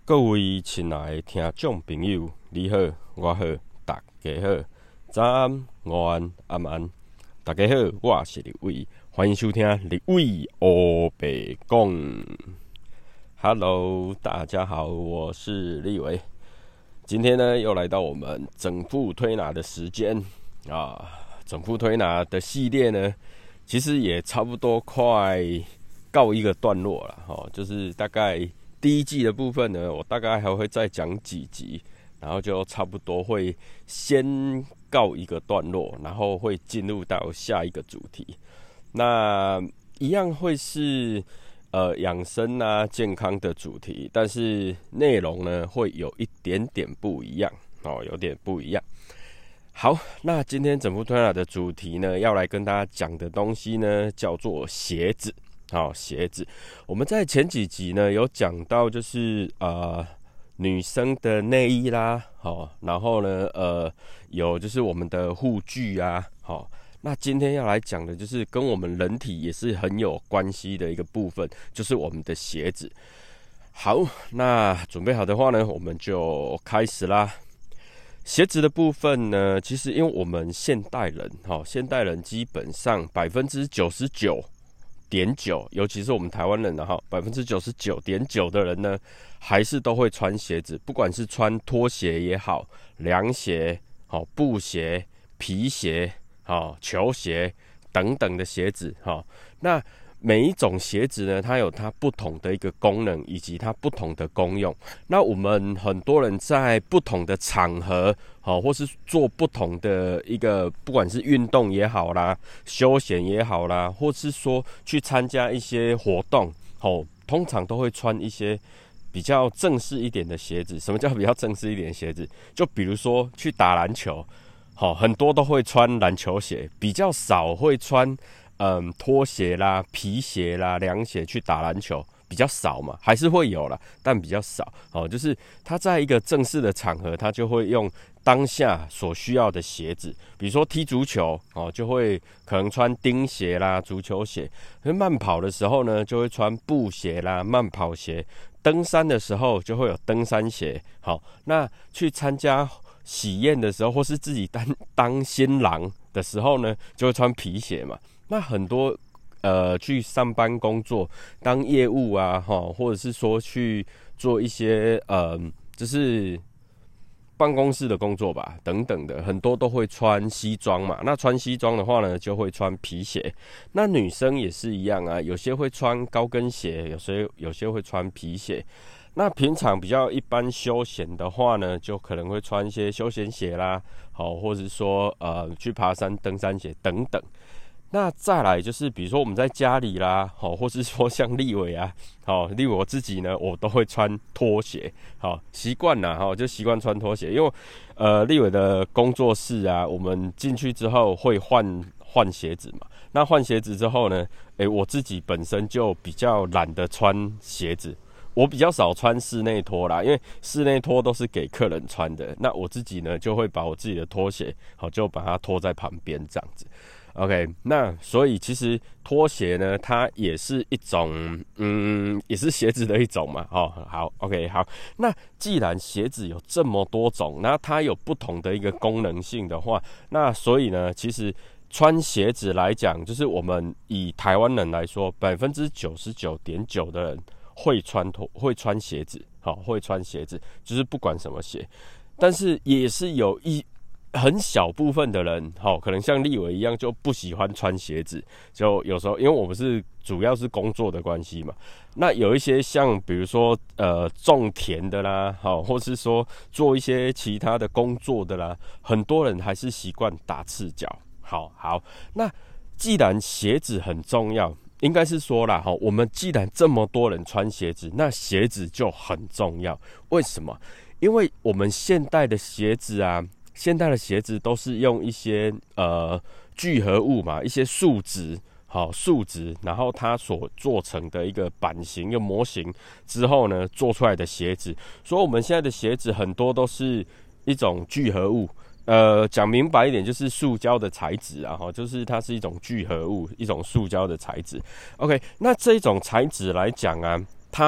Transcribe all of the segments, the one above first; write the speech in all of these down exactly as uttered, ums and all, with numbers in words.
各位亲爱的听众朋友，你好，我好，大家好，早安、午安、晚安，大家好，我是立伟，欢迎收听立伟黑白讲。Hello， 大家好，我是立伟。今天呢，又来到我们整副推拿的时间啊。整副推拿的系列呢，其实也差不多快告一个段落了哈，就是大概。第一季的部分呢，我大概还会再讲几集，然后就差不多会先告一个段落，然后会进入到下一个主题。那一样会是呃养生啊、健康的主题，但是内容呢会有一点点不一样哦，有点不一样。好，那今天整副推拿的主题呢，要来跟大家讲的东西呢，叫做鞋子。好，鞋子，我们在前几集呢有讲到，就是呃女生的内衣啦，好，然后呢呃有就是我们的护具啊，好，那今天要来讲的就是跟我们人体也是很有关系的一个部分，就是我们的鞋子。好，那准备好的话呢，我们就开始啦。鞋子的部分呢，其实因为我们现代人，哈，现代人基本上百分之九十九。点九，尤其是我们台湾人的哈，百分之九十九点九的人呢，还是都会穿鞋子，不管是穿拖鞋也好，凉鞋、好布鞋、皮鞋、好球鞋等等的鞋子哈。那每一种鞋子呢，它有它不同的一个功能以及它不同的功用。那我们很多人在不同的场合，好，或是做不同的一个，不管是运动也好啦，休闲也好啦，或是说去参加一些活动，好，通常都会穿一些比较正式一点的鞋子。什么叫比较正式一点的鞋子？就比如说去打篮球，好，很多都会穿篮球鞋，比较少会穿。嗯，拖鞋啦、皮鞋啦、凉鞋去打篮球比较少嘛，还是会有啦，但比较少。哦，就是他在一个正式的场合，他就会用当下所需要的鞋子，比如说踢足球哦，就会可能穿钉鞋啦、足球鞋；慢跑的时候呢，就会穿布鞋啦、慢跑鞋；登山的时候就会有登山鞋。好，那去参加喜宴的时候，或是自己当当新郎的时候呢，就会穿皮鞋嘛。那很多呃去上班工作当业务啊，齁，或者是说去做一些呃就是办公室的工作吧，等等的，很多都会穿西装嘛。那穿西装的话呢，就会穿皮鞋。那女生也是一样啊，有些会穿高跟鞋，有些有些会穿皮鞋。那平常比较一般休闲的话呢，就可能会穿一些休闲鞋啦，好，或者是说呃去爬山、登山鞋等等。那再来就是，比如说我们在家里啦，好，或是说像立伟啊，好，例如我自己呢，我都会穿拖鞋，好，习惯啦，好，就习惯穿拖鞋，因为呃，立伟的工作室啊，我们进去之后会换换鞋子嘛，那换鞋子之后呢，诶，我自己本身就比较懒得穿鞋子。我比较少穿室内拖啦，因为室内拖都是给客人穿的，那我自己呢就会把我自己的拖鞋，好，就把它拖在旁边这样子。OK， 那所以其实拖鞋呢，它也是一种，嗯，也是鞋子的一种嘛。哦，好 ，OK， 好。那既然鞋子有这么多种，那它有不同的一个功能性的话，那所以呢，其实穿鞋子来讲，就是我们以台湾人来说，百分之九十九点九的人会穿拖，会穿鞋子，好，会穿鞋子，就是不管什么鞋，但是也是有一。很小部分的人，齁，可能像立伟一样就不喜欢穿鞋子，就有时候因为我们是主要是工作的关系嘛，那有一些像比如说呃种田的啦，齁，或是说做一些其他的工作的啦，很多人还是习惯打赤脚。好好，那既然鞋子很重要，应该是说啦，齁，我们既然这么多人穿鞋子，那鞋子就很重要。为什么？因为我们现代的鞋子啊。现代的鞋子都是用一些呃聚合物嘛，一些树脂，好树脂，然后它所做成的一个版型、一个模型之后呢，做出来的鞋子。所以我们现在的鞋子很多都是一种聚合物，呃，讲明白一点就是塑胶的材质啊，哈，就是它是一种聚合物，一种塑胶的材质。OK， 那这一种材质来讲啊，它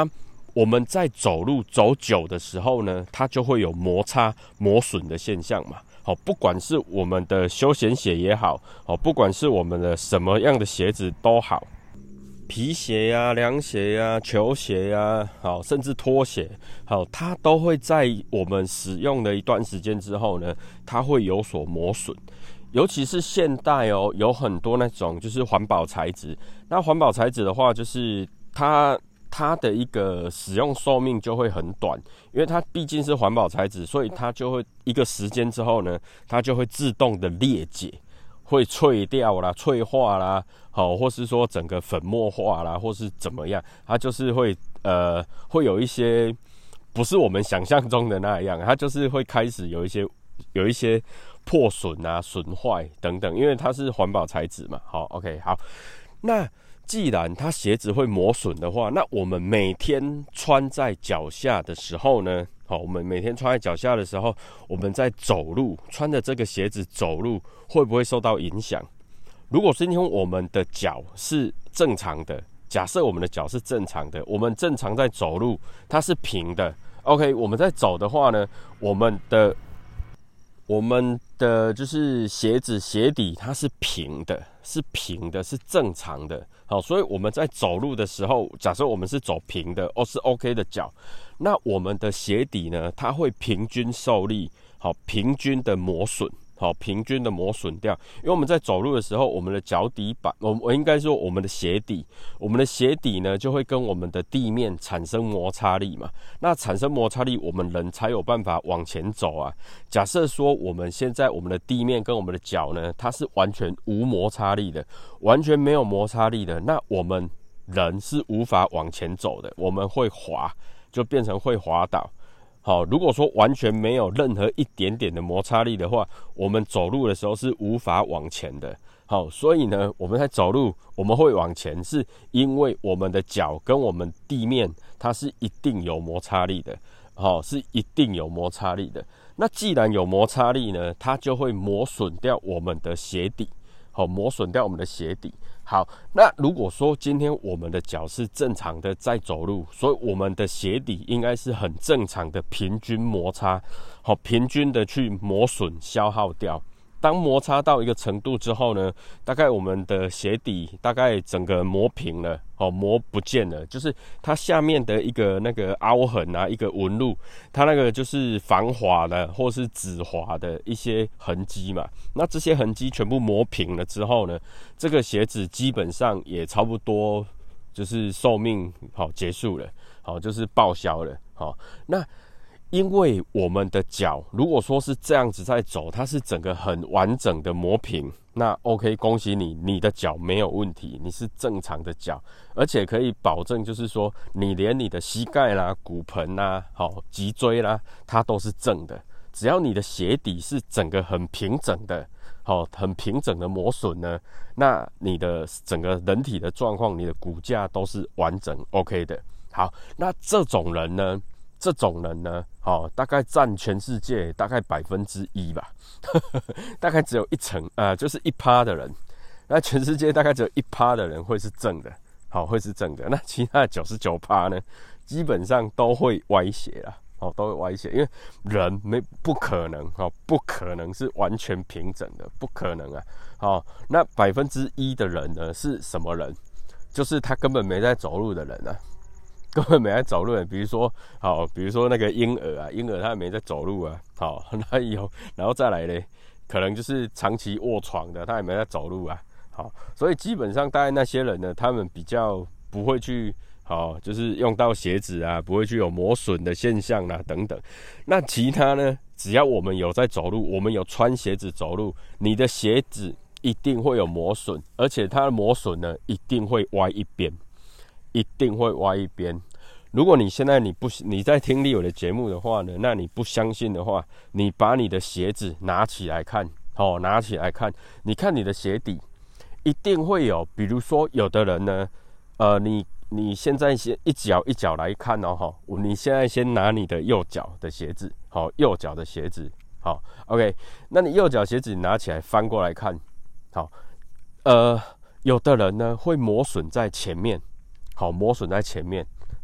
我们在走路走久的时候呢，它就会有摩擦磨损的现象嘛。好，不管是我们的休闲鞋也好，好，不管是我们的什么样的鞋子都好，皮鞋呀、啊、凉鞋呀、啊、球鞋呀、啊，好，甚至拖鞋，好，它都会在我们使用的一段时间之后呢，它会有所磨损。尤其是现代哦，有很多那种就是环保材质。那环保材质的话，就是它它的一个使用寿命就会很短，因为它毕竟是环保材质，所以它就会一个时间之后呢，它就会自动的裂解。会脆掉啦、脆化啦，好，或是说整个粉末化啦，或是怎么样，它就是会呃会有一些不是我们想象中的那样，它就是会开始有一些有一些破损啊、损坏等等，因为它是环保材质嘛。好 ，OK， 好，那既然它鞋子会磨损的话，那我们每天穿在脚下的时候呢？好，我们每天穿在脚下的时候，我们在走路，穿着这个鞋子走路，会不会受到影响？如果今天我们的脚是正常的，假设我们的脚是正常的，我们正常在走路，它是平的。OK， 我们在走的话呢，我们的我们的就是鞋子鞋底它是平的，是平的，是正常的。好，所以我们在走路的时候，假设我们是走平的，哦，是 OK 的脚，那我们的鞋底呢，它会平均受力，好，平均的磨损，好，平均的磨损掉。因为我们在走路的时候，我们的脚底板，我我应该说我们的鞋底，我们的鞋底呢就会跟我们的地面产生摩擦力嘛。那产生摩擦力，我们人才有办法往前走啊。假设说我们现在我们的地面跟我们的脚呢，它是完全无摩擦力的，完全没有摩擦力的，那我们人是无法往前走的，我们会滑，就变成会滑倒。好，如果说完全没有任何一点点的摩擦力的话，我们走路的时候是无法往前的。好，所以呢，我们在走路我们会往前，是因为我们的脚跟我们地面它是一定有摩擦力的。好，是一定有摩擦力的。那既然有摩擦力呢，它就会磨损掉我们的鞋底。好，磨损掉我们的鞋底。好，那如果说今天我们的脚是正常的在走路，所以我们的鞋底应该是很正常的平均摩擦，好，平均的去磨损消耗掉。当摩擦到一个程度之后呢，大概我们的鞋底大概整个磨平了，哦，磨不见了，就是它下面的一个那个凹痕啊，一个纹路，它那个就是防滑的或是止滑的一些痕迹嘛。那这些痕迹全部磨平了之后呢，这个鞋子基本上也差不多就是寿命好结束了，好，就是报销了。好，那因为我们的脚如果说是这样子在走，它是整个很完整的磨平，那 OK， 恭喜你，你的脚没有问题，你是正常的脚，而且可以保证就是说你连你的膝盖啦、骨盆啦、好脊椎啦，它都是正的。只要你的鞋底是整个很平整的，好，很平整的磨损呢，那你的整个人体的状况，你的骨架都是完整 OK 的。好，那这种人呢？这种人呢，哦，大概占全世界大概百分之一吧，大概只有一成，呃，就是一趴的人，那全世界大概只有一趴的人会是正的，好，会是正的。那其他的九十九趴呢，基本上都会歪斜啦，哦，都会歪斜，因为人没不可能，哦，不可能是完全平整的，不可能啊，好，那百分之一的人呢是什么人？就是他根本没在走路的人啊。根本没在走路的，比如说，好，比如说那个婴儿啊，婴儿他也没在走路啊，好，那以后，然后再来嘞，可能就是长期卧床的，他也没在走路啊，好，所以基本上大概那些人呢，他们比较不会去，好，就是用到鞋子啊，不会去有磨损的现象啊，等等。那其他呢，只要我们有在走路，我们有穿鞋子走路，你的鞋子一定会有磨损，而且它的磨损呢，一定会歪一边。一定会歪一边。如果你现在你不你在听立伟的节目的话呢，那你不相信的话，你把你的鞋子拿起来看，哦，拿起来看，你看你的鞋底，一定会有，比如说有的人呢，呃，你你现在先一脚一脚来看哦，哈，你现在先拿你的右脚的鞋子，好，右脚的鞋子，好 ，OK， 那你右脚鞋子拿起来翻过来看，好，呃，有的人呢会磨损在前面。好，磨损在前面，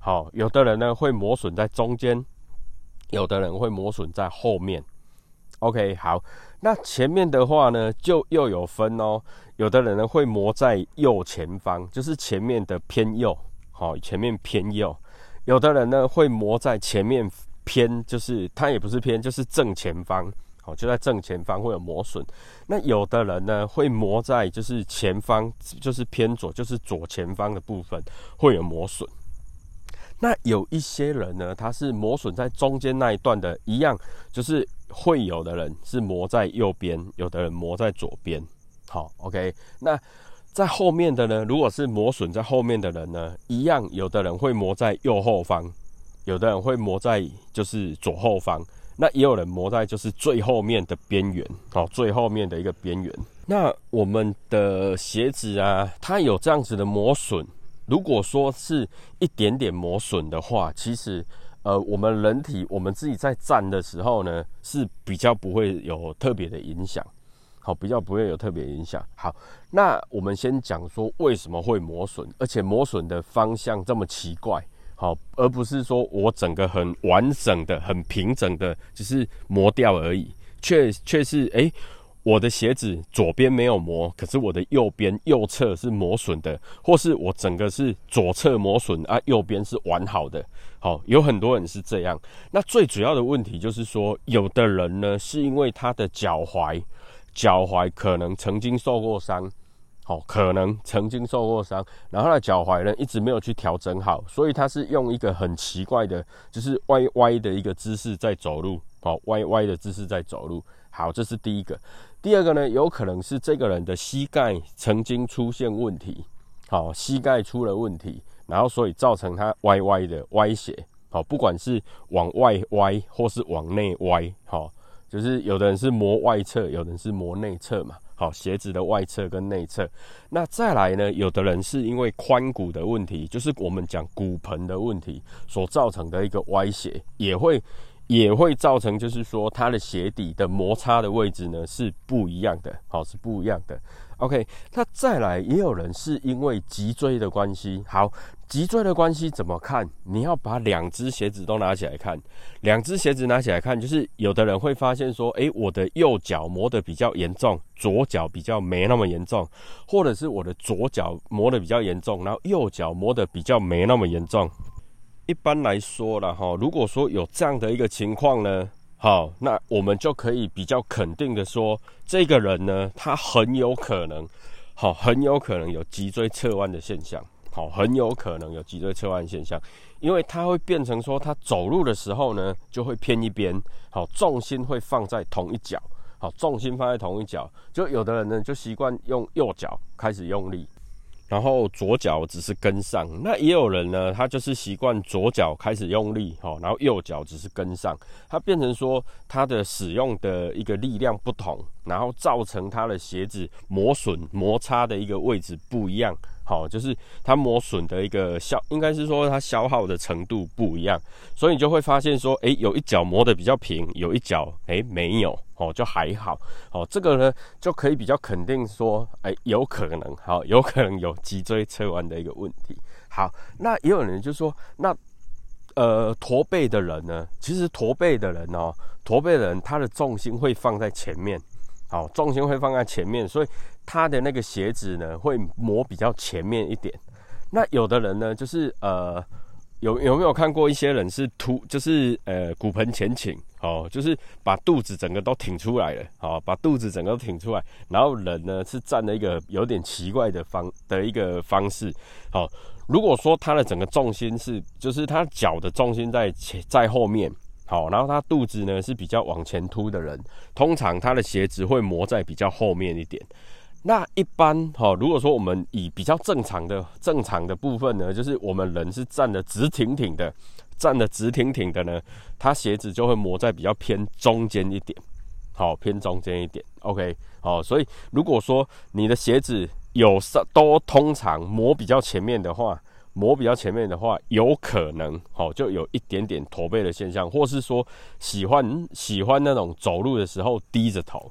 好，有的人呢会磨损在中间，有的人会磨损在后面。OK， 好，那前面的话呢，就又有分哦。有的人呢会磨在右前方，就是前面的偏右，好，前面偏右。有的人呢会磨在前面偏，就是它也不是偏，就是正前方，好，就在正前方会有磨损。那有的人呢会磨在就是前方，就是偏左，就是左前方的部分会有磨损。那有一些人呢，他是磨损在中间那一段的，一样就是会有的人是磨在右边，有的人磨在左边。好 ，OK。那在后面的呢，如果是磨损在后面的人呢，一样有的人会磨在右后方，有的人会磨在就是左后方，那也有人磨在就是最后面的边缘，好，最后面的一个边缘。那我们的鞋子啊，它有这样子的磨损。如果说是一点点磨损的话，其实呃，我们人体我们自己在站的时候呢，是比较不会有特别的影响，好，比较不会有特别影响。好，那我们先讲说为什么会磨损，而且磨损的方向这么奇怪，好，而不是说我整个很完整的、很平整的，只是磨掉而已，却却是哎。欸我的鞋子左边没有磨，可是我的右边右侧是磨损的，或是我整个是左侧磨损啊，右边是完好的。好，有很多人是这样。那最主要的问题就是说，有的人呢是因为他的脚踝，脚踝可能曾经受过伤，好，可能曾经受过伤，然后他的脚踝呢一直没有去调整好，所以他是用一个很奇怪的，就是歪歪的一个姿势在走路，好，歪歪的姿势在走路。好，这是第一个。第二个呢，有可能是这个人的膝盖曾经出现问题，好，膝盖出了问题，然后所以造成他歪歪的歪斜，好，不管是往外歪或是往内歪，好，就是有的人是磨外侧，有的人是磨内侧嘛，好，鞋子的外侧跟内侧。那再来呢，有的人是因为髋骨的问题，就是我们讲骨盆的问题所造成的一个歪斜，也会。也会造成，就是说它的鞋底的摩擦的位置呢是不一样的，好，是不一样的。OK， 那再来也有人是因为脊椎的关系，好，脊椎的关系怎么看？你要把两只鞋子都拿起来看，两只鞋子拿起来看，就是有的人会发现说，诶，我的右脚磨得比较严重，左脚比较没那么严重，或者是我的左脚磨得比较严重，然后右脚磨得比较没那么严重。一般来说啦，如果说有这样的一个情况呢，好，那我们就可以比较肯定的说，这个人呢，他很有可能，好，很有可能有脊椎侧弯的现象，好，很有可能有脊椎侧弯的现象，因为他会变成说，他走路的时候呢，就会偏一边，好，重心会放在同一脚，好，重心放在同一脚，就有的人呢，就习惯用右脚开始用力。然后左脚只是跟上，那也有人呢，他就是习惯左脚开始用力，然后右脚只是跟上，他变成说他的使用的一个力量不同，然后造成他的鞋子磨损摩擦的一个位置不一样，好，就是它磨损的一个消，应该是说它消耗的程度不一样，所以你就会发现说，哎，有一脚磨得比较平，有一脚哎没有，哦，就还好，哦，这个呢就可以比较肯定说，哎，有可能，好，有可能有脊椎侧弯的一个问题。好，那也有人就说，那呃驼背的人呢，其实驼背的人哦，驼背的人他的重心会放在前面。好，重心会放在前面，所以他的那个鞋子呢会磨比较前面一点。那有的人呢，就是呃，有有没有看过一些人是凸，就是呃骨盆前倾，哦，就是把肚子整个都挺出来了，好，把肚子整个都挺出来，然后人呢是站了一个有点奇怪的方的一个方式，好，如果说他的整个重心是，就是他脚的重心在前在后面。好，然后他肚子呢是比较往前凸的人，通常他的鞋子会磨在比较后面一点。那一般哈、哦，如果说我们以比较正常的正常的部分呢，就是我们人是站得直挺挺的，站得直挺挺的呢，他鞋子就会磨在比较偏中间一点，好，偏中间一点。OK， 好，所以如果说你的鞋子有都通常磨比较前面的话。磨比较前面的话，有可能好、哦、就有一点点驼背的现象，或是说喜欢喜欢那种走路的时候低着头，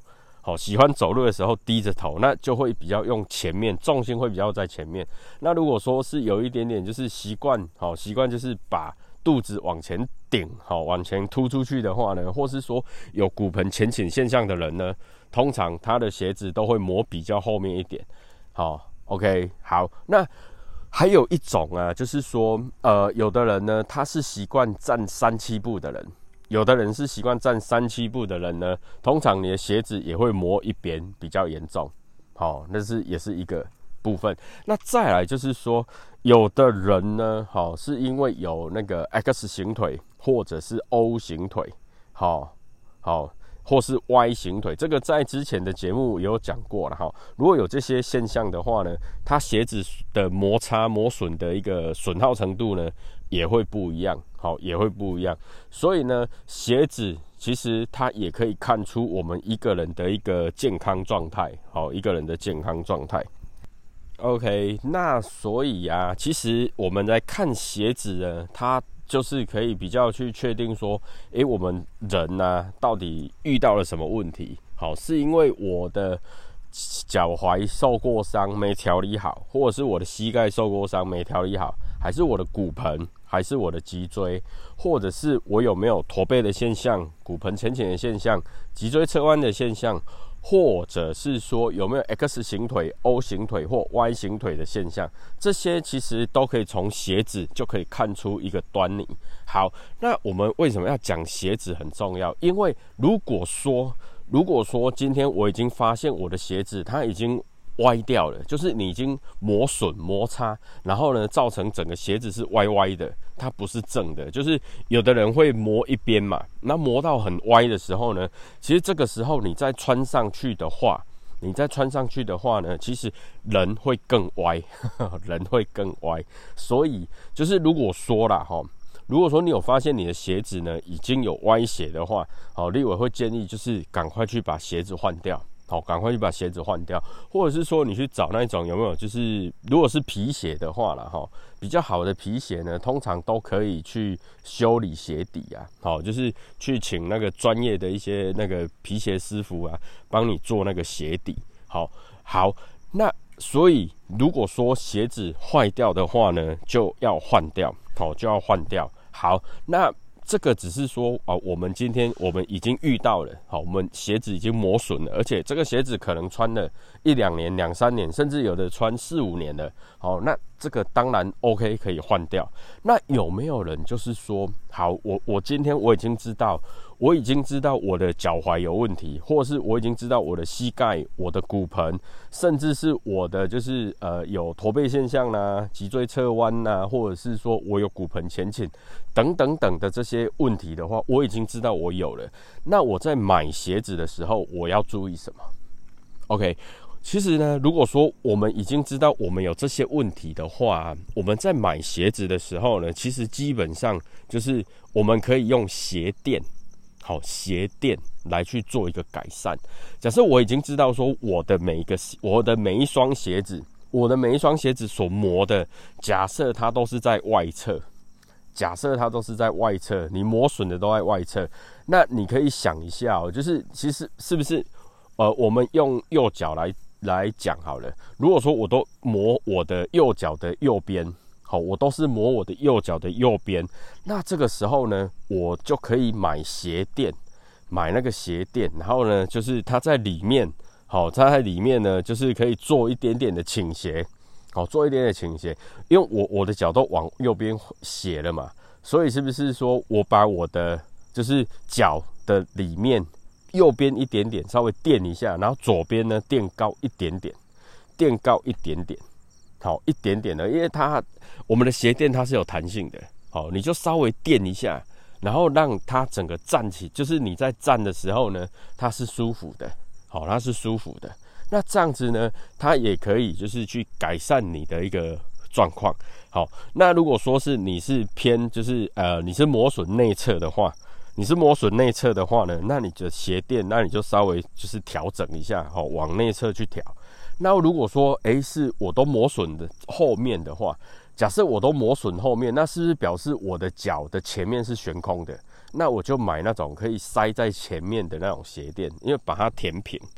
好，喜欢走路的时候低着头，那就会比较用前面，重心会比较在前面。那如果说是有一点点就是习惯，好，习惯就是把肚子往前顶，好，往前突出去的话呢，或是说有骨盆前倾现象的人呢，通常他的鞋子都会磨比较后面一点。好 ，OK， 好，那还有一种啊，就是说，呃，有的人呢，他是习惯站三七步的人。有的人是习惯站三七步的人呢，通常你的鞋子也会磨一边比较严重，好、哦，那是也是一个部分。那再来就是说，有的人呢，好、哦，是因为有那个 X 型腿或者是 O 型腿，好、哦，好、哦，或是 Y 型腿，这个在之前的节目也有讲过了哈、哦。如果有这些现象的话呢，它鞋子的摩擦磨损的一个损耗程度呢，也会不一样。好，也会不一样，所以呢，鞋子其实它也可以看出我们一个人的一个健康状态，好，一个人的健康状态。OK， 那所以啊，其实我们在看鞋子呢，它就是可以比较去确定说，诶，我们人啊，到底遇到了什么问题？好，是因为我的脚踝受过伤没调理好，或者是我的膝盖受过伤没调理好，还是我的骨盆？还是我的脊椎，或者是我有没有驼背的现象、骨盆前倾的现象、脊椎侧弯的现象，或者是说有没有 X 型腿、O 型腿或 Y 型腿的现象，这些其实都可以从鞋子就可以看出一个端倪。好，那我们为什么要讲鞋子很重要？因为如果说，如果说今天我已经发现我的鞋子它已经歪掉了，就是你已经磨损摩擦，然后呢，造成整个鞋子是歪歪的，它不是正的。就是有的人会磨一边嘛，那磨到很歪的时候呢，其实这个时候你再穿上去的话，你再穿上去的话呢，其实人会更歪，人会更歪。所以就是如果说啦齁，如果说你有发现你的鞋子呢已经有歪斜的话，好，立委会建议就是赶快去把鞋子换掉。好，赶快去把鞋子换掉，或者是说你去找那种有没有，就是如果是皮鞋的话啦，哈，比较好的皮鞋呢，通常都可以去修理鞋底啊，好，就是去请那个专业的一些那个皮鞋师傅啊，帮你做那个鞋底。好，好，那所以如果说鞋子坏掉的话呢，就要换掉，好，就要换掉。好，那这个只是说啊，我们今天我们已经遇到了，好，我们鞋子已经磨损了，而且这个鞋子可能穿了一两年、两三年，甚至有的穿四五年了，好，那这个当然 OK 可以换掉。那有没有人就是说，好，我我今天我已经知道，我已经知道我的脚踝有问题，或是我已经知道我的膝盖、我的骨盆，甚至是我的就是呃有驼背现象啦、脊椎侧弯啦，或者是说我有骨盆前倾等等等的这些问题的话，我已经知道我有了。那我在买鞋子的时候，我要注意什么 ？OK。其实呢，如果说我们已经知道我们有这些问题的话，我们在买鞋子的时候呢，其实基本上就是我们可以用鞋垫，好，鞋垫来去做一个改善。假设我已经知道说我的每一个我的每一双鞋子，我的每一双鞋子所磨的，假设它都是在外侧，假设它都是在外侧，你磨损的都在外侧，那你可以想一下哦，就是其实是不是呃，我们用右脚来。来讲好了，如果说我都磨我的右脚的右边，好，我都是磨我的右脚的右边，那这个时候呢，我就可以买鞋垫，买那个鞋垫，然后呢，就是它在里面，好，它在里面呢，就是可以做一点点的倾斜，好，做一点点倾斜，因为我我的脚都往右边斜了嘛，所以是不是说我把我的就是脚的里面。右边一点点，稍微垫一下，然后左边呢垫高一点点，垫高一点点，好，一点点的，因为它我们的鞋垫它是有弹性的，好，你就稍微垫一下，然后让它整个站起，就是你在站的时候呢，它是舒服的，好，它是舒服的。那这样子呢，它也可以就是去改善你的一个状况。好，那如果说是你是偏就是呃你是磨损内侧的话。你是磨损内侧的话呢，那你的鞋垫，那你就稍微就是调整一下，好，往内侧去调。那如果说，哎，是我都磨损的后面的话，假设我都磨损后面，那是不是表示我的脚的前面是悬空的？那我就买那种可以塞在前面的那种鞋垫，因为把它填平，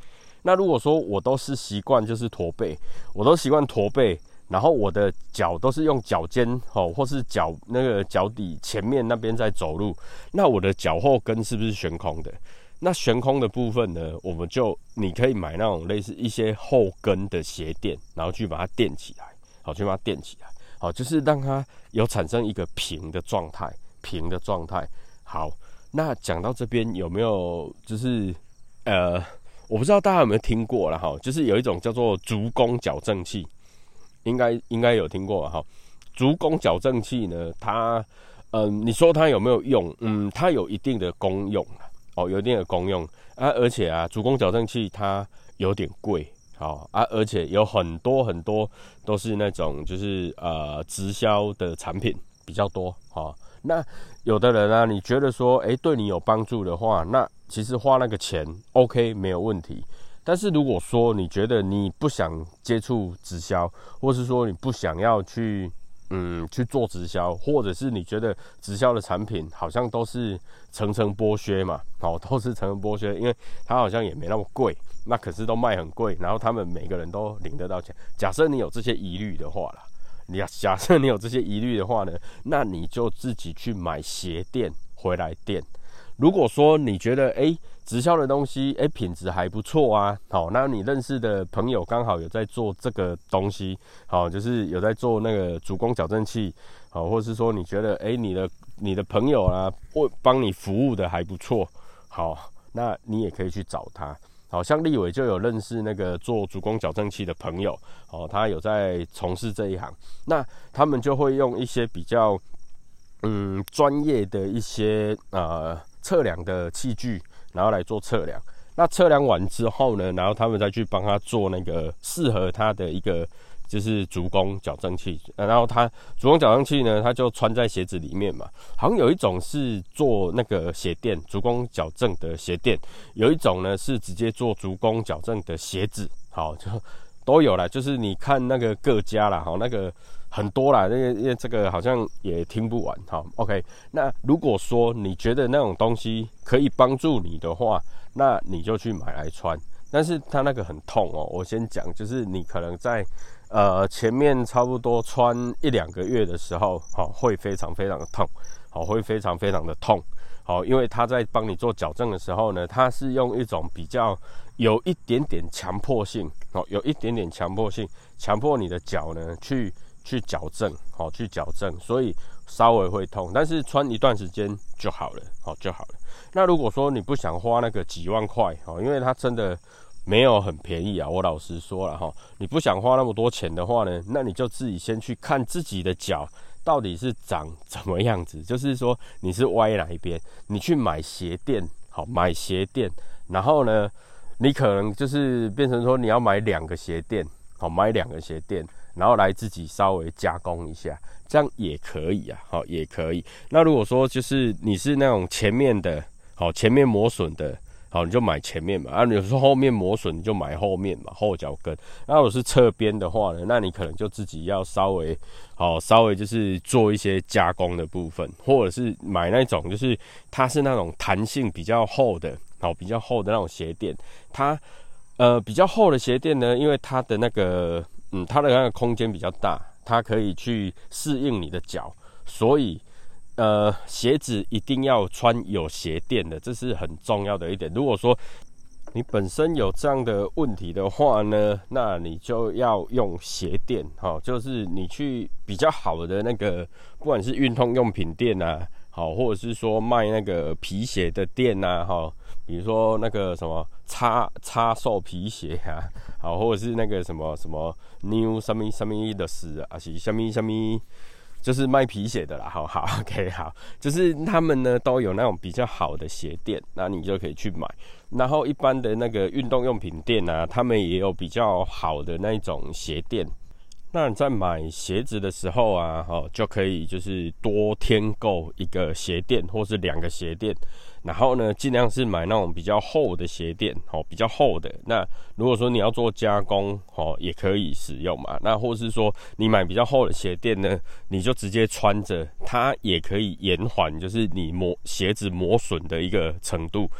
那如果说我都是习惯就是驼背，我都习惯驼背，然后我的脚都是用脚尖哦，或是脚那个脚底前面那边在走路，那我的脚后跟是不是悬空的？那悬空的部分呢，我们就你可以买那种类似一些后跟的鞋垫，然后去把它垫起来，好，去把它垫起来，好，就是让它有产生一个平的状态，平的状态。好，那讲到这边有没有就是呃，我不知道大家有没有听过啦哈，就是有一种叫做足弓矫正器，应该应该有听过哈。足弓矫正器呢，它嗯、呃，你说它有没有用？嗯，它有一定的功用。哦，有一定的功用啊，而且啊，足弓矫正器它有点贵，好啊，而且有很多很多都是那种就是呃直销的产品比较多，好，那有的人啊，你觉得说，哎、欸，对你有帮助的话，那其实花那个钱 ，OK 没有问题。但是如果说你觉得你不想接触直销，或是说你不想要去嗯，去做直销，或者是你觉得直销的产品好像都是层层剥削嘛，哦，都是层层剥削，因为它好像也没那么贵，那可是都卖很贵，然后他们每个人都领得到钱。假设你有这些疑虑的话啦，你假设你有这些疑虑的话呢，那你就自己去买鞋垫回来垫。如果说你觉得哎，直销的东西哎品质还不错啊，好，那你认识的朋友刚好有在做这个东西，好，就是有在做那个足弓矫正器，好，或是说你觉得哎你的你的朋友啊，会帮你服务的还不错，好，那你也可以去找他。好像立伟就有认识那个做足弓矫正器的朋友，哦，他有在从事这一行，那他们就会用一些比较嗯专业的一些呃。测量的器具，然后来做测量。那测量完之后呢，然后他们再去帮他做那个适合他的一个就是足弓矫正器。然后他足弓矫正器呢，他就穿在鞋子里面嘛。好像有一种是做那个鞋垫，足弓矫正的鞋垫；有一种呢是直接做足弓矫正的鞋子。好，就都有啦，就是你看那个各家啦，好那个。很多啦，因为因为这个好像也听不完，好 ，OK。那如果说你觉得那种东西可以帮助你的话，那你就去买来穿。但是它那个很痛哦，我先讲，就是你可能在呃前面差不多穿一两个月的时候，好，会非常非常的痛，好，会非常非常的痛，好，因为他在帮你做矫正的时候呢，他是用一种比较有一点点强迫性，哦，有一点点强迫性，强迫你的脚呢去。去矫正，好，去矫正，所以稍微会痛，但是穿一段时间就好了，好就好了。那如果说你不想花那个几万块，哦，因为它真的没有很便宜啊，我老实说了哈，你不想花那么多钱的话呢，那你就自己先去看自己的脚到底是长怎么样子，就是说你是歪哪一边，你去买鞋垫，好，买鞋垫，然后呢，你可能就是变成说你要买两个鞋垫，好，买两个鞋垫。然后来自己稍微加工一下，这样也可以啊，好，也可以。那如果说就是你是那种前面的，好，前面磨损的，好，你就买前面嘛。啊，有时候后面磨损，你就买后面嘛，后脚跟。那如果是侧边的话呢，那你可能就自己要稍微，好，稍微就是做一些加工的部分，或者是买那种就是它是那种弹性比较厚的，好，比较厚的那种鞋垫。它呃比较厚的鞋垫呢，因为它的那个。嗯，它的那个空间比较大，它可以去适应你的脚，所以呃，鞋子一定要穿有鞋垫的，这是很重要的一点。如果说你本身有这样的问题的话呢，那你就要用鞋垫，哈，就是你去比较好的那个，不管是运动用品店啊，好，或者是说卖那个皮鞋的店啊，哈。比如说那个什么叉叉兽皮鞋啊，好，或者是那个什么什么 New 什么什么的事啊，是什么什么，就是卖皮鞋的啦。好好 ，OK， 好，就是他们呢都有那种比较好的鞋垫，那你就可以去买。然后一般的那个运动用品店啊，他们也有比较好的那种鞋垫。那你在买鞋子的时候啊，哦，就可以就是多添购一个鞋垫或是两个鞋垫，然后呢，尽量是买那种比较厚的鞋垫，哦，比较厚的。那如果说你要做加工，哦，也可以使用嘛。那或是说你买比较厚的鞋垫呢，你就直接穿着，它也可以延缓就是你磨鞋子磨损的一个程度。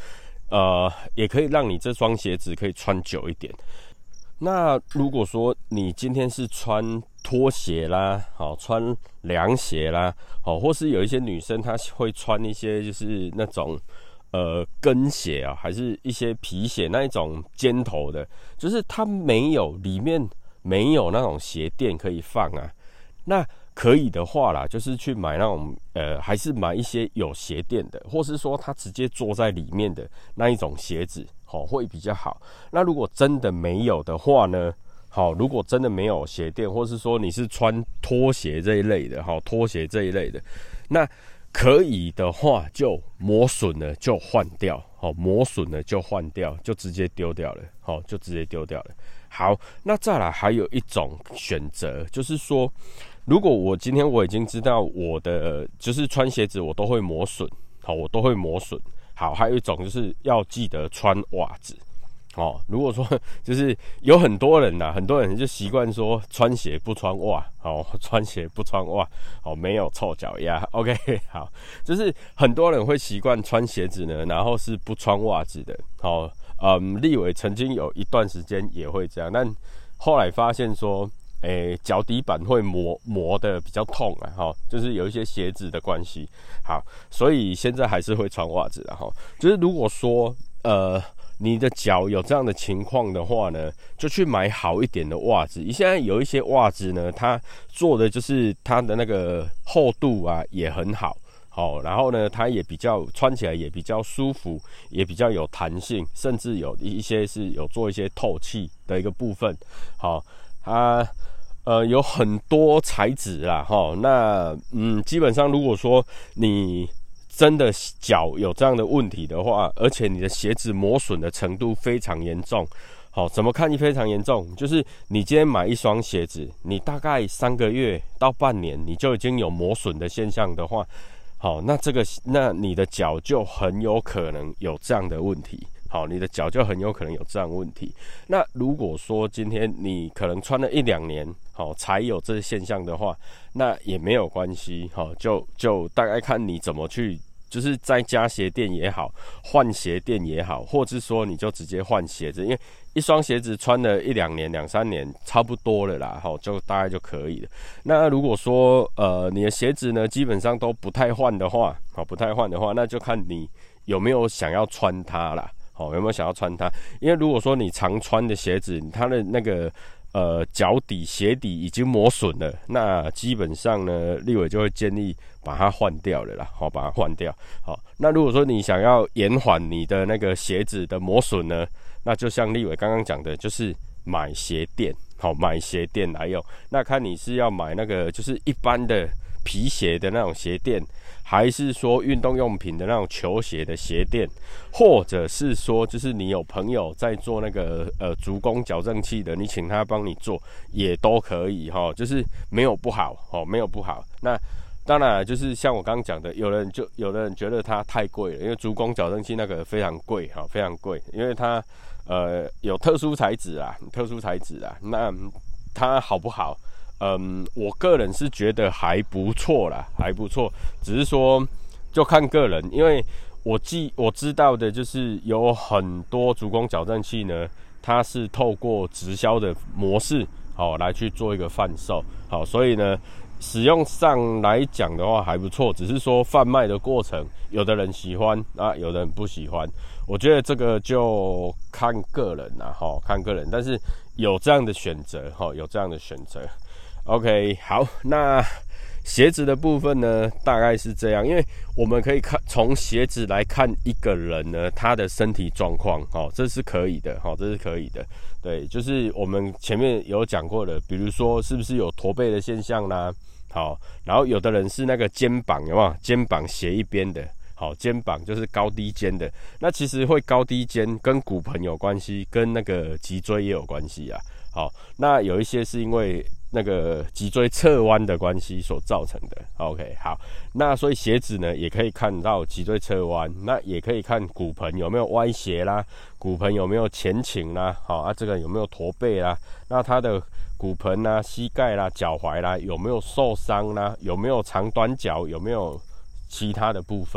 呃，也可以让你这双鞋子可以穿久一点。那如果说你今天是穿拖鞋啦，好，穿凉鞋啦，好，或是有一些女生她会穿一些就是那种呃跟鞋啊，还是一些皮鞋那一种尖头的，就是它没有里面没有那种鞋垫可以放啊。那可以的话啦，就是去买那种呃，还是买一些有鞋垫的，或是说它直接坐在里面的那一种鞋子，好，会比较好。那如果真的没有的话呢，好，如果真的没有鞋垫，或是说你是穿拖鞋这一类的，好，拖鞋这一类的，那可以的话就磨损了就换掉，好，磨损了就换掉，就直接丢掉了，好，就直接丢掉了。好，那再来还有一种选择，就是说，如果我今天我已经知道我的就是穿鞋子我都会磨损，好，我都会磨损。好，还有一种就是要记得穿袜子。哦，如果说就是有很多人呐、啊，很多人就习惯说穿鞋不穿袜，哦，穿鞋不穿袜，哦，没有臭脚丫 ，OK， 好，就是很多人会习惯穿鞋子呢，然后是不穿袜子的，哦，嗯，立伟曾经有一段时间也会这样，但后来发现说，诶，脚底板会磨磨的比较痛啊，哈、哦，就是有一些鞋子的关系，好，所以现在还是会穿袜子的哈，就是如果说呃。你的脚有这样的情况的话呢，就去买好一点的袜子。现在有一些袜子呢，它做的就是它的那个厚度啊也很好，好，然后呢，它也比较穿起来也比较舒服，也比较有弹性，甚至有一些是有做一些透气的一个部分。好，它呃有很多材质啦，哈，那嗯，基本上如果说你真的脚有这样的问题的话，而且你的鞋子磨损的程度非常严重，好，怎么看非常严重？就是你今天买一双鞋子，你大概三个月到半年，你就已经有磨损的现象的话，好，那这个那你的脚就很有可能有这样的问题。好，你的脚就很有可能有这样的问题。那如果说今天你可能穿了一两年，好才有这现象的话，那也没有关系，好，就就大概看你怎么去，就是在加鞋垫也好，换鞋垫也好，或者说你就直接换鞋子，因为一双鞋子穿了一两年、两三年差不多了啦，好，就大概就可以了。那如果说呃你的鞋子呢基本上都不太换的话，好，不太换的话，那就看你有没有想要穿它啦。好，有没有想要穿它？因为如果说你常穿的鞋子，它的那个呃脚底鞋底已经磨损了，那基本上呢，立伟就会建议把它换掉了啦。好，把它换掉。好，那如果说你想要延缓你的那个鞋子的磨损呢，那就像立伟刚刚讲的，就是买鞋垫。好，买鞋垫来用。那看你是要买那个就是一般的皮鞋的那种鞋垫，还是说运动用品的那种球鞋的鞋垫，或者是说就是你有朋友在做那个呃足弓矫正器的，你请他帮你做也都可以哈，就是没有不好哦，没有不好。那当然就是像我刚刚讲的，有人就有的人觉得它太贵了，因为足弓矫正器那个非常贵哈，非常贵，因为它呃有特殊材质啊，特殊材质啊，那它好不好？嗯，我个人是觉得还不错啦，还不错，只是说就看个人，因为我记我知道的就是有很多足弓矫正器呢，它是透过直销的模式，好来去做一个贩售，好，所以呢，使用上来讲的话还不错，只是说贩卖的过程，有的人喜欢啊，有的人不喜欢，我觉得这个就看个人啦，哈，看个人，但是有这样的选择，哈，有这样的选择。OK， 好，那鞋子的部分呢，大概是这样，因为我们可以看从鞋子来看一个人呢，他的身体状况，哦，这是可以的，哦，这是可以的，对，就是我们前面有讲过的，比如说是不是有驼背的现象啦，好，然后有的人是那个肩膀有没有，肩膀斜一边的。好，肩膀就是高低肩的，那其实会高低肩跟骨盆有关系，跟那个脊椎也有关系啊。好，那有一些是因为那个脊椎侧弯的关系所造成的。OK， 好，那所以鞋子呢也可以看到脊椎侧弯，那也可以看骨盆有没有歪斜啦，骨盆有没有前倾啦，好啊，这个有没有驼背啦，那它的骨盆啦、膝盖啦、脚踝啦有没有受伤啦，有没有长短脚，有没有其他的部分，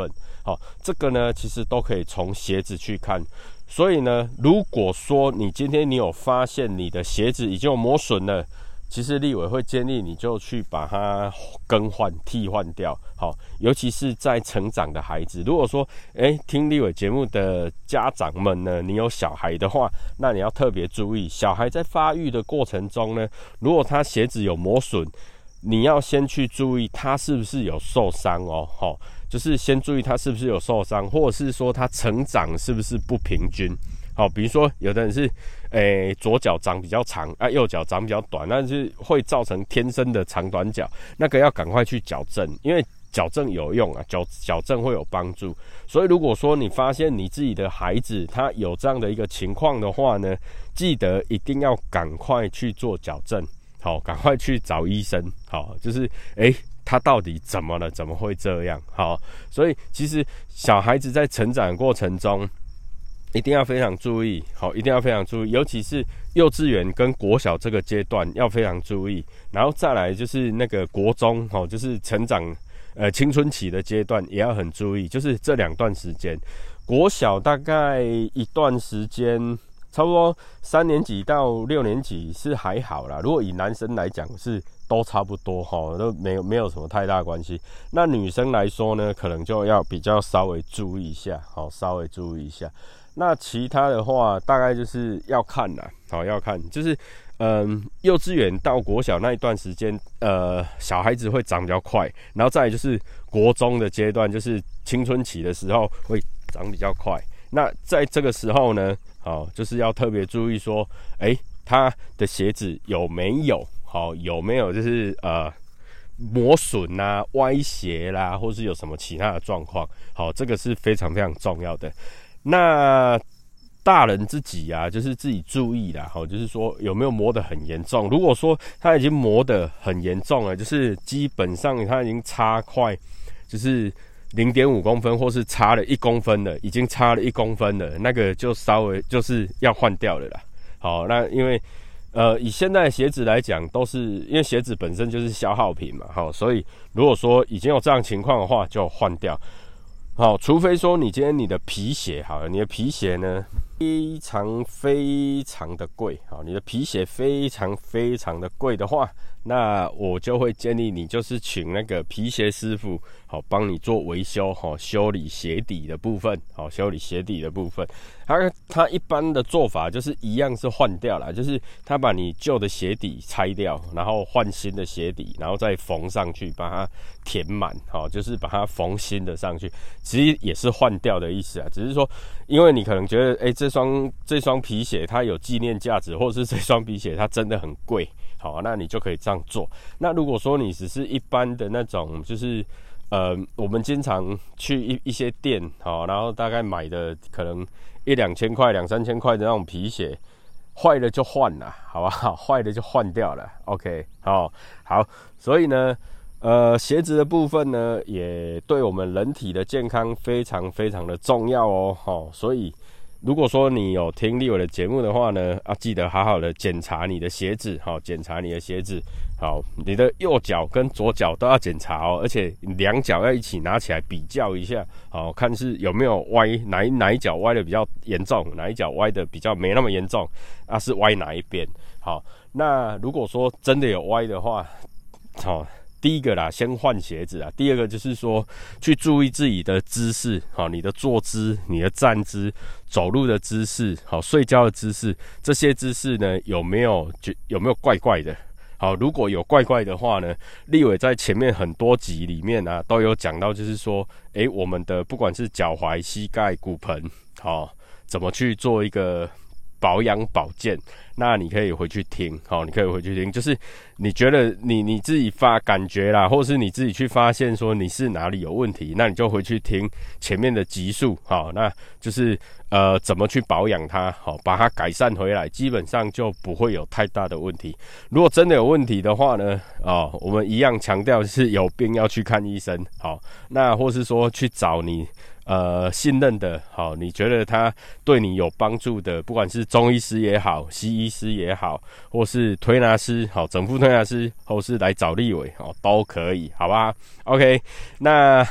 好，这个呢其实都可以从鞋子去看。所以呢，如果说你今天你有发现你的鞋子已经有磨损了，其实立委会建议你就去把它更换、替换掉。好，尤其是在成长的孩子，如果说，哎，听立委节目的家长们呢，你有小孩的话，那你要特别注意，小孩在发育的过程中呢，如果他鞋子有磨损，你要先去注意他是不是有受伤哦，好，就是先注意他是不是有受伤，或者是说他成长是不是不平均。好，比如说有的人是，诶、欸，左脚长比较长啊，右脚长比较短，那是会造成天生的长短脚，那个要赶快去矫正，因为矫正有用啊，矫矫正会有帮助。所以如果说你发现你自己的孩子他有这样的一个情况的话呢，记得一定要赶快去做矫正，好，赶快去找医生，好，就是诶、欸他到底怎么了？怎么会这样？好，所以其实小孩子在成长的过程中，一定要非常注意，好，一定要非常注意，尤其是幼稚园跟国小这个阶段要非常注意，然后再来就是那个国中，好，就是成长呃青春期的阶段也要很注意，就是这两段时间，国小大概一段时间。差不多三年级到六年级是还好啦，如果以男生来讲是都差不多齁，都没有没有什么太大关系。那女生来说呢，可能就要比较稍微注意一下，好，稍微注意一下。那其他的话，大概就是要看啦，好，要看，就是嗯，幼稚园到国小那一段时间，呃，小孩子会长比较快，然后再来就是国中的阶段，就是青春期的时候会长比较快。那在这个时候呢，好，就是要特别注意说，哎、欸，他的鞋子有没有好，有没有就是呃磨损啊、歪斜啦，或是有什么其他的状况，好，这个是非常非常重要的。那大人自己啊，就是自己注意啦，好，就是说有没有磨得很严重。如果说他已经磨得很严重了，就是基本上他已经差快，就是零点五公分，或是差了一公分了，已经差了一公分了，那个就稍微就是要换掉了啦。好，那因为呃以现在的鞋子来讲，都是因为鞋子本身就是消耗品嘛，好，所以如果说已经有这样情况的话，就换掉。好，除非说你今天你的皮鞋好了，你的皮鞋呢非常非常的贵，好，你的皮鞋非常非常的贵的话，那我就会建议你就是请那个皮鞋师傅，好，帮你做维修，好，修理鞋底的部分，好，修理鞋底的部分。他他一般的做法就是一样是换掉啦，就是他把你旧的鞋底拆掉，然后换新的鞋底，然后再缝上去，把它填满，好，就是把它缝新的上去。其实也是换掉的意思啊，只是说，因为你可能觉得，哎、欸，这双这双皮鞋它有纪念价值，或者是这双皮鞋它真的很贵，好，那你就可以这样做。那如果说你只是一般的那种，就是呃，我们经常去一一些店，好，然后大概买的可能一两千块、两三千块的那种皮鞋，坏了就换了，好不好？坏了就换掉了 ，OK， 好，好，所以呢。呃，鞋子的部分呢，也对我们人体的健康非常非常的重要哦。齁，所以如果说你有听立委的节目的话呢，啊，记得好好的检查你的鞋子，好，检查你的鞋子，好，你的右脚跟左脚都要检查哦，而且两脚要一起拿起来比较一下，好，看是有没有歪，哪一哪一脚歪的比较严重，哪一脚歪的比较没那么严重，啊，是歪哪一边？好，那如果说真的有歪的话，好。第一个啦，先换鞋子啊。第二个就是说，去注意自己的姿势，好，你的坐姿、你的站姿、走路的姿势，好，睡觉的姿势，这些姿势呢，有没有有没有怪怪的？好，如果有怪怪的话呢，立委在前面很多集里面啊，都有讲到，就是说，诶，我们的不管是脚踝、膝盖、骨盆，好，怎么去做一个保养保健，那你可以回去听，好，你可以回去听，就是你觉得你你自己发感觉啦，或是你自己去发现说你是哪里有问题，那你就回去听前面的集数，好，那就是呃怎么去保养它，好，把它改善回来，基本上就不会有太大的问题。如果真的有问题的话呢，哦，我们一样强调是有病要去看医生，好，那或是说去找你。呃，信任的，好，你觉得他对你有帮助的，不管是中医师也好，西医师也好，或是推拿师，好，整复推拿师，或是来找立委，好，都可以，好吧 ？OK， 那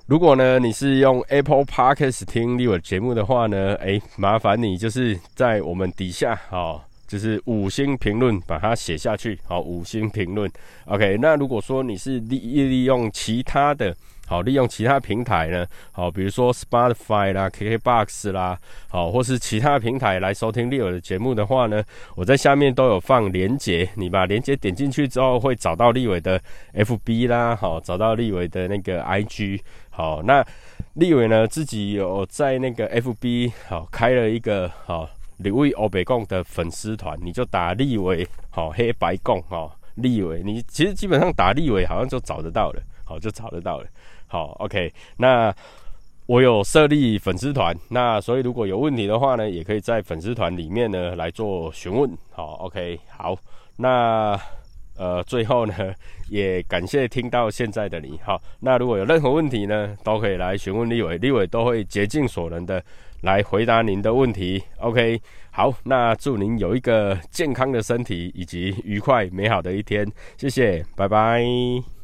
如果呢你是用 Apple Podcast 听立伟的节目的话呢，哎，麻烦你就是在我们底下哦，就是五星评论把它写下去，好，五星评论 ，OK。那如果说你是利利用其他的，好，利用其他平台呢，好，比如说 Spotify 啦、K K box 啦，好，或是其他平台来收听立伟的节目的话呢，我在下面都有放连结，你把连结点进去之后，会找到立伟的 F B 啦，好，找到立伟的那个 I G， 好，那立伟呢自己有在那个 F B 好开了一个好立伟欧北贡的粉丝团，你就打立伟好黑白贡好立伟，你其实基本上打立伟好像就找得到了，好就找得到了。好 ，OK， 那我有设立粉丝团，那所以如果有问题的话呢，也可以在粉丝团里面呢来做询问。好 ，OK， 好，那呃最后呢，也感谢听到现在的你。好，那如果有任何问题呢，都可以来询问立伟，立伟都会竭尽所能的来回答您的问题。OK， 好，那祝您有一个健康的身体以及愉快美好的一天，谢谢，拜拜。